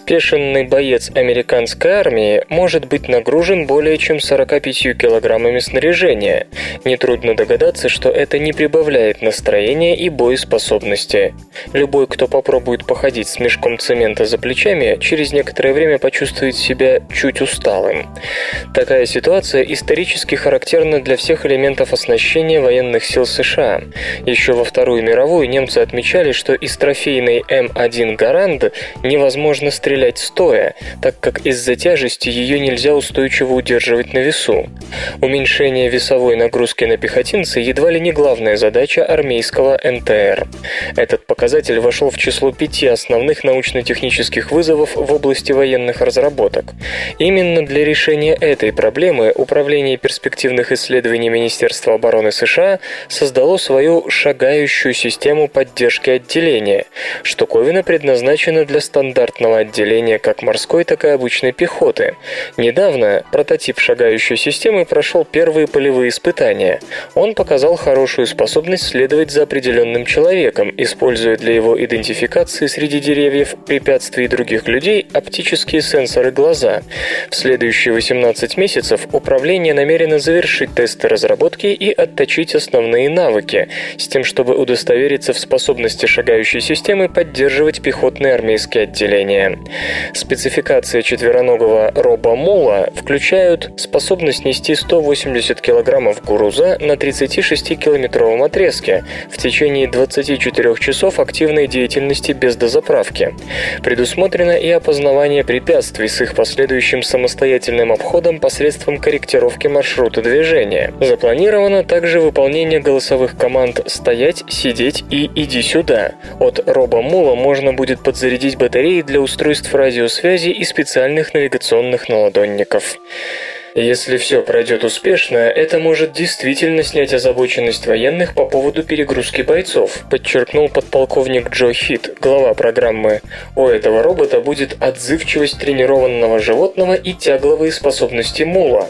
Спешенный боец американской армии может быть нагружен более чем 45 килограммами снаряжения. Нетрудно догадаться, что это не прибавляет настроения и боеспособности. Любой, кто попробует походить с мешком цемента за плечами, через некоторое время почувствует себя чуть усталым. Такая ситуация исторически характерна для всех элементов оснащения военных сил США. Еще во Вторую мировую немцы отмечали, что из трофейной М1 «Гаранд» невозможно стрелять стоя, так как из-за тяжести ее нельзя устойчиво удерживать на весу. Уменьшение весовой нагрузки на пехотинца едва ли не главная задача армейского НТР. Этот показатель вошел в число 5 основных научно-технических вызовов в области военных разработок. Именно для решения этой проблемы Управление перспективных исследований Министерства обороны США создало свою шагающую систему поддержки отделения. Штуковина предназначена для стандартного отделения как морской, так и обычной пехоты. Недавно прототип шагающей системы прошел первые полевые испытания. Он показал хорошую способность следовать за определенным человеком, используя для его идентификации среди деревьев, препятствий и других людей оптические сенсоры глаза. В следующие 18 месяцев управление намерено завершить тесты разработки и отточить основные навыки, с тем, чтобы удостовериться в способности шагающей системы поддерживать пехотные армейские отделения. Спецификации четвероногого робомула включают способность нести 180 килограммов груза на 36-километровом отрезке в течение 24 часов активной деятельности без дозаправки. Предусмотрено и опознавание препятствий с их последующим самостоятельным обходом посредством корректировки маршрута движения. Запланировано также выполнение голосовых команд «стоять», «сидеть» и «иди сюда». От робомула можно будет подзарядить батареи для устройств радиосвязи и специальных навигационных наладонников. Если все пройдет успешно, это может действительно снять озабоченность военных по поводу перегрузки бойцов, подчеркнул подполковник Джо Хит, глава программы. У этого робота будет отзывчивость тренированного животного и тягловые способности мула.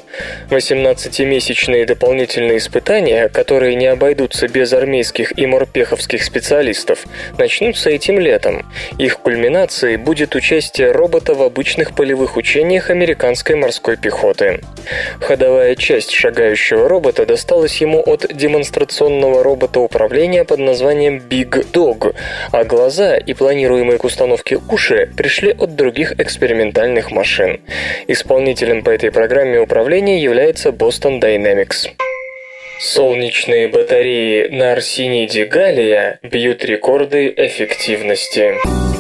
18-месячные дополнительные испытания, которые не обойдутся без армейских и морпеховских специалистов, начнутся этим летом. Их кульминацией будет участие робота в обычных полевых учениях американской морской пехоты. Ходовая часть шагающего робота досталась ему от демонстрационного робота управления под названием Big Dog, а глаза и планируемые к установке уши пришли от других экспериментальных машин. Исполнителем по этой программе управления является Boston Dynamics. Солнечные батареи на арсениде галлия бьют рекорды эффективности.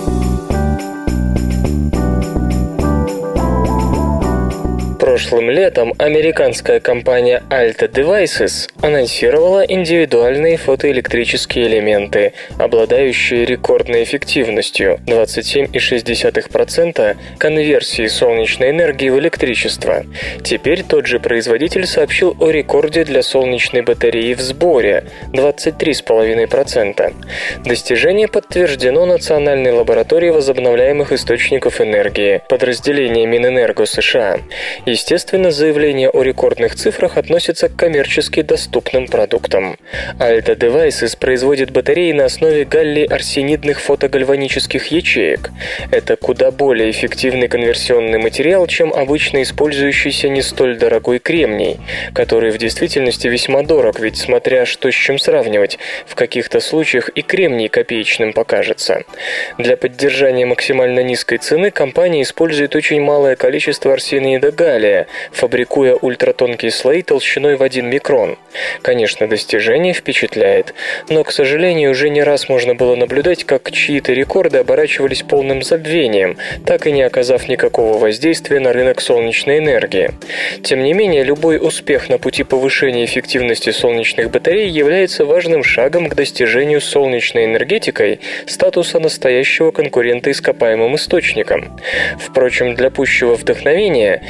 Прошлым летом американская компания Alta Devices анонсировала индивидуальные фотоэлектрические элементы, обладающие рекордной эффективностью 27,6% конверсии солнечной энергии в электричество. Теперь тот же производитель сообщил о рекорде для солнечной батареи в сборе 23,5%. Достижение подтверждено Национальной лабораторией возобновляемых источников энергии, подразделения Минэнерго США. Естественно, заявление о рекордных цифрах относится к коммерчески доступным продуктам. Alta Devices производит батареи на основе галлий-арсенидных фотогальванических ячеек. Это куда более эффективный конверсионный материал, чем обычно использующийся не столь дорогой кремний, который в действительности весьма дорог, ведь смотря что с чем сравнивать, в каких-то случаях и кремний копеечным покажется. Для поддержания максимально низкой цены компания использует очень малое количество арсенида галлия, фабрикуя ультратонкие слои толщиной в 1 микрон. Конечно, достижение впечатляет, но, к сожалению, уже не раз можно было наблюдать, как чьи-то рекорды оборачивались полным забвением, так и не оказав никакого воздействия на рынок солнечной энергии. Тем не менее, любой успех на пути повышения эффективности солнечных батарей является важным шагом к достижению солнечной энергетикой статуса настоящего конкурента ископаемым источникам. Впрочем, для пущего вдохновения Министерство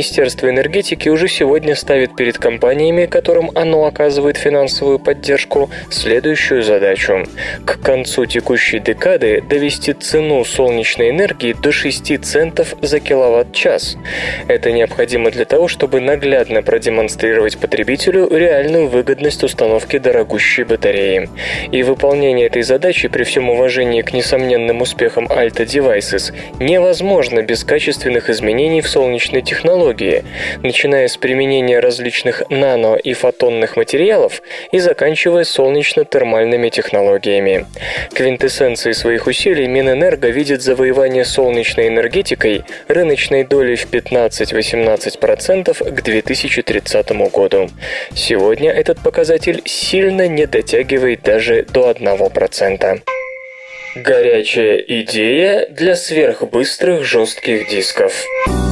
Министерство энергетики уже сегодня ставит перед компаниями, которым оно оказывает финансовую поддержку, следующую задачу. К концу текущей декады довести цену солнечной энергии до 6 центов за киловатт-час. Это необходимо для того, чтобы наглядно продемонстрировать потребителю реальную выгодность установки дорогущей батареи. И выполнение этой задачи при всем уважении к несомненным успехам Alta Devices невозможно без качественных изменений в солнечной технологии, начиная с применения различных нано- и фотонных материалов и заканчивая солнечно-термальными технологиями. Квинтэссенцией своих усилий Минэнерго видит завоевание солнечной энергетикой рыночной долей в 15-18% к 2030 году. Сегодня этот показатель сильно не дотягивает даже до 1%. Горячая идея для сверхбыстрых жестких дисков.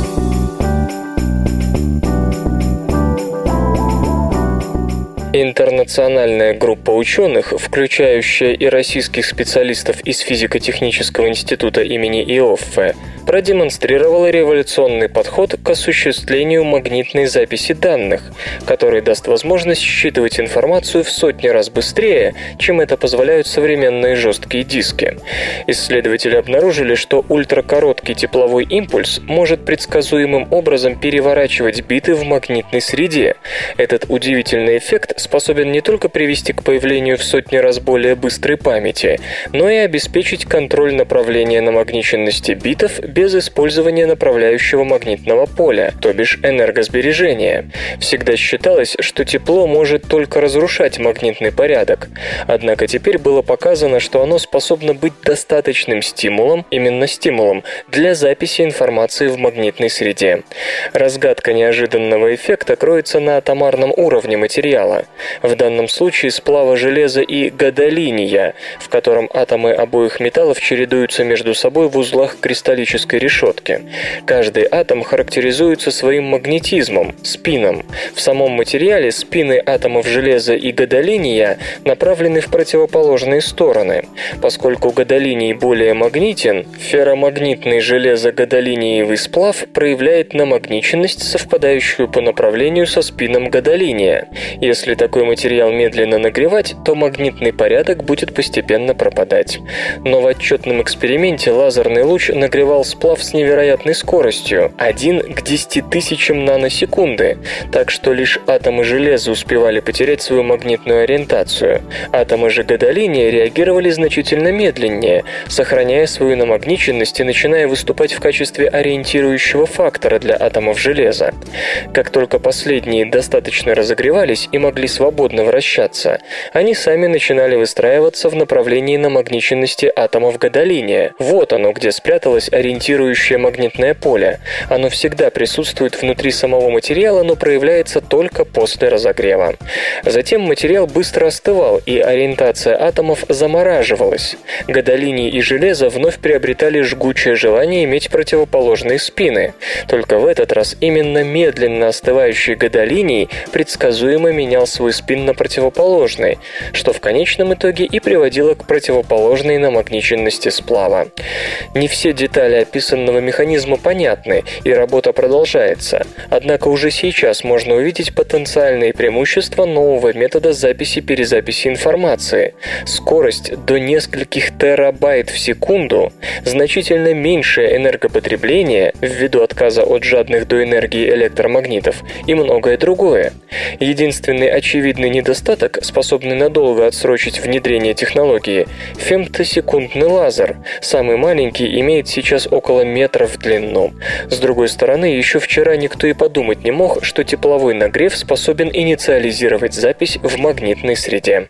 Интернациональная группа ученых, включающая и российских специалистов из физико-технического института имени Иоффе, продемонстрировала революционный подход к осуществлению магнитной записи данных, который даст возможность считывать информацию в сотни раз быстрее, чем это позволяют современные жесткие диски. Исследователи обнаружили, что ультракороткий тепловой импульс может предсказуемым образом переворачивать биты в магнитной среде. Этот удивительный эффект способен не только привести к появлению в сотни раз более быстрой памяти, но и обеспечить контроль направления намагниченности битов без использования направляющего магнитного поля, то бишь энергосбережения. Всегда считалось, что тепло может только разрушать магнитный порядок. Однако теперь было показано, что оно способно быть достаточным стимулом, именно стимулом, для записи информации в магнитной среде. Разгадка неожиданного эффекта кроется на атомарном уровне материала. В данном случае сплава железа и гадолиния, в котором атомы обоих металлов чередуются между собой в узлах кристаллической решетки. Каждый атом характеризуется своим магнетизмом, спином. В самом материале спины атомов железа и гадолиния направлены в противоположные стороны. Поскольку гадолиний более магнитен, ферромагнитный железо-гадолиниевый сплав проявляет намагниченность, совпадающую по направлению со спином гадолиния. Если такой материал медленно нагревать, то магнитный порядок будет постепенно пропадать. Но в отчетном эксперименте лазерный луч нагревал сплав с невероятной скоростью – 1 к 10 тысячам наносекунды, так что лишь атомы железа успевали потерять свою магнитную ориентацию. Атомы же гадолиния реагировали значительно медленнее, сохраняя свою намагниченность и начиная выступать в качестве ориентирующего фактора для атомов железа. Как только последние достаточно разогревались и могли свободно вращаться, они сами начинали выстраиваться в направлении намагниченности атомов гадолиния. Вот оно, где спряталось ориентирующее магнитное поле. Оно всегда присутствует внутри самого материала, но проявляется только после разогрева. Затем материал быстро остывал, и ориентация атомов замораживалась. Гадолиний и железо вновь приобретали жгучее желание иметь противоположные спины. Только в этот раз именно медленно остывающий гадолиний предсказуемо менял свой спин на противоположный, что в конечном итоге и приводило к противоположной намагниченности сплава. Не все детали описанного механизма понятны, и работа продолжается. Однако уже сейчас можно увидеть потенциальные преимущества нового метода записи-перезаписи информации. Скорость до нескольких терабайт в секунду, значительно меньшее энергопотребление ввиду отказа от жадных до энергии электромагнитов и многое другое. Единственный очевидный недостаток, способный надолго отсрочить внедрение технологии – фемтосекундный лазер. Самый маленький имеет сейчас около метра в длину. С другой стороны, еще вчера никто и подумать не мог, что тепловой нагрев способен инициализировать запись в магнитной среде.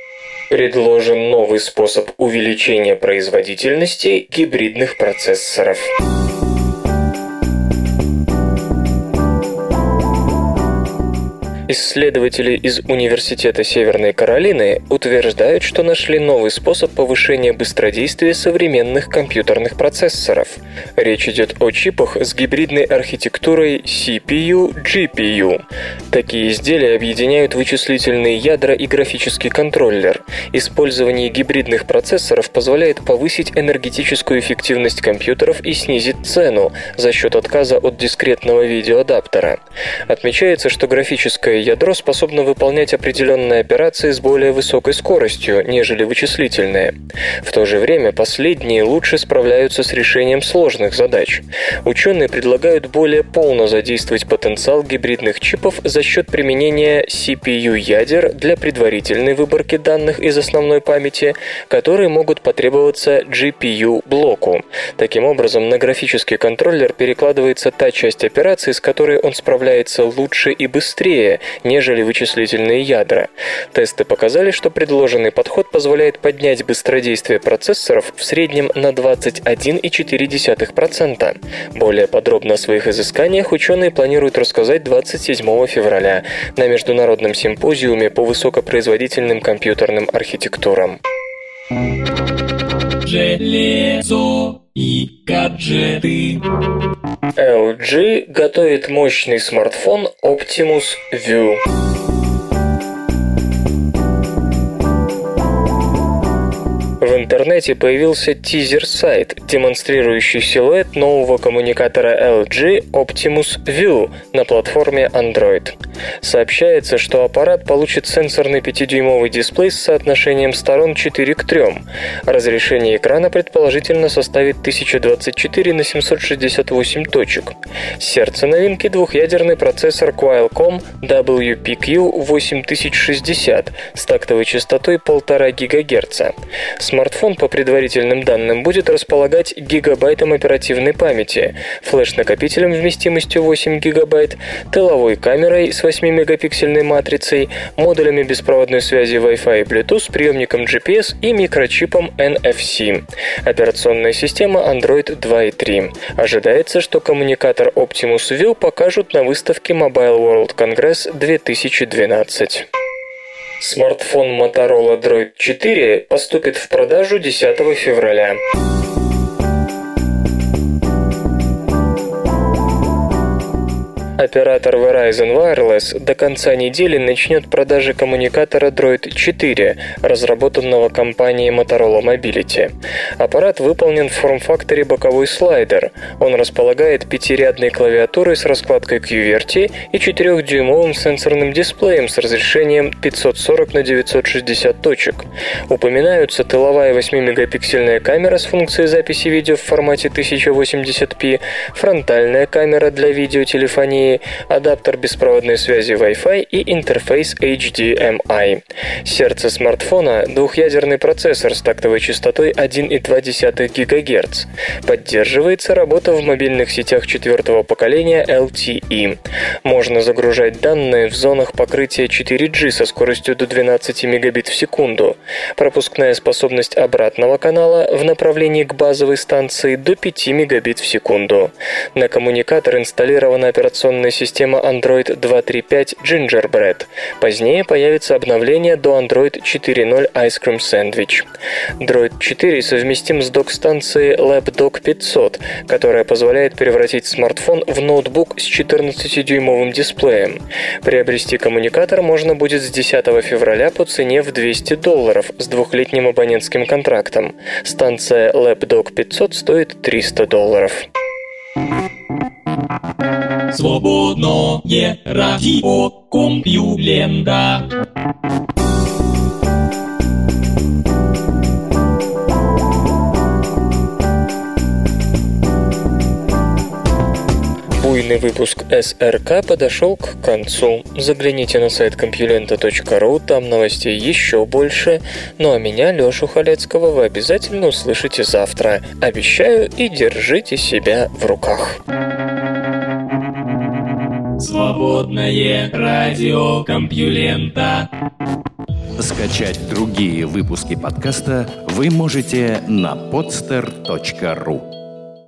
Предложен новый способ увеличения производительности гибридных процессоров. Исследователи из Университета Северной Каролины утверждают, что нашли новый способ повышения быстродействия современных компьютерных процессоров. Речь идет о чипах с гибридной архитектурой CPU-GPU. Такие изделия объединяют вычислительные ядра и графический контроллер. Использование гибридных процессоров позволяет повысить энергетическую эффективность компьютеров и снизить цену за счет отказа от дискретного видеоадаптера. Отмечается, что графическое ядро способно выполнять определенные операции с более высокой скоростью, нежели вычислительные. В то же время последние лучше справляются с решением сложных задач. Ученые предлагают более полно задействовать потенциал гибридных чипов за счет применения CPU-ядер для предварительной выборки данных из основной памяти, которые могут потребоваться GPU-блоку. Таким образом, на графический контроллер перекладывается та часть операций, с которой он справляется лучше и быстрее, нежели вычислительные ядра. Тесты показали, что предложенный подход позволяет поднять быстродействие процессоров в среднем на 21,4%. Более подробно о своих изысканиях ученые планируют рассказать 27 февраля на Международном симпозиуме по высокопроизводительным компьютерным архитектурам. Железо и гаджеты. LG готовит мощный смартфон Optimus View. В интернете появился тизер-сайт, демонстрирующий силуэт нового коммуникатора LG Optimus View на платформе Android. Сообщается, что аппарат получит сенсорный 5-дюймовый дисплей с соотношением сторон 4:3. Разрешение экрана предположительно составит 1024 на 768 точек. Сердце новинки — двухъядерный процессор Qualcomm WPQ8060 с тактовой частотой 1,5 ГГц. Смартфон, по предварительным данным, будет располагать гигабайтом оперативной памяти, флеш-накопителем вместимостью 8 ГБ, тыловой камерой с 8-мегапиксельной матрицей, модулями беспроводной связи Wi-Fi и Bluetooth, приемником GPS и микрочипом NFC. Операционная система Android 2.3. Ожидается, что коммуникатор Optimus View покажут на выставке Mobile World Congress 2012. Смартфон Motorola Droid 4 поступит в продажу 10 февраля. Оператор Verizon Wireless до конца недели начнет продажи коммуникатора Droid 4, разработанного компанией Motorola Mobility. Аппарат выполнен в форм-факторе боковой слайдер. Он располагает 5-рядной клавиатурой с раскладкой QWERTY и 4-дюймовым сенсорным дисплеем с разрешением 540 на 960 точек. Упоминаются тыловая 8-мегапиксельная камера с функцией записи видео в формате 1080p, фронтальная камера для видеотелефонии, адаптер беспроводной связи Wi-Fi и интерфейс HDMI. Сердце смартфона — двухъядерный процессор с тактовой частотой 1,2 ГГц. Поддерживается работа в мобильных сетях 4-го поколения LTE. Можно загружать данные в зонах покрытия 4G со скоростью до 12 мегабит в секунду. Пропускная способность обратного канала в направлении к базовой станции до 5 мегабит в секунду. На коммуникатор инсталлирована операционная система Android 2.3.5 Gingerbread. Позднее появится обновление до Android 4.0 Ice Cream Sandwich. Droid 4 совместим с док-станцией LabDock 500, которая позволяет превратить смартфон в ноутбук с 14-дюймовым дисплеем. Приобрести коммуникатор можно будет с 10 февраля по цене в $200 с двухлетним абонентским контрактом. Станция LabDock 500 стоит $300. Свободное радио Компьюлента. Буйный выпуск СРК подошел к концу. Загляните на сайт compulenta.ru, там новостей еще больше. Ну а меня, Лешу Халецкого, вы обязательно услышите завтра. Обещаю, и держите себя в руках. Свободное радио Компьюлента. Скачать другие выпуски подкаста вы можете на podster.ru.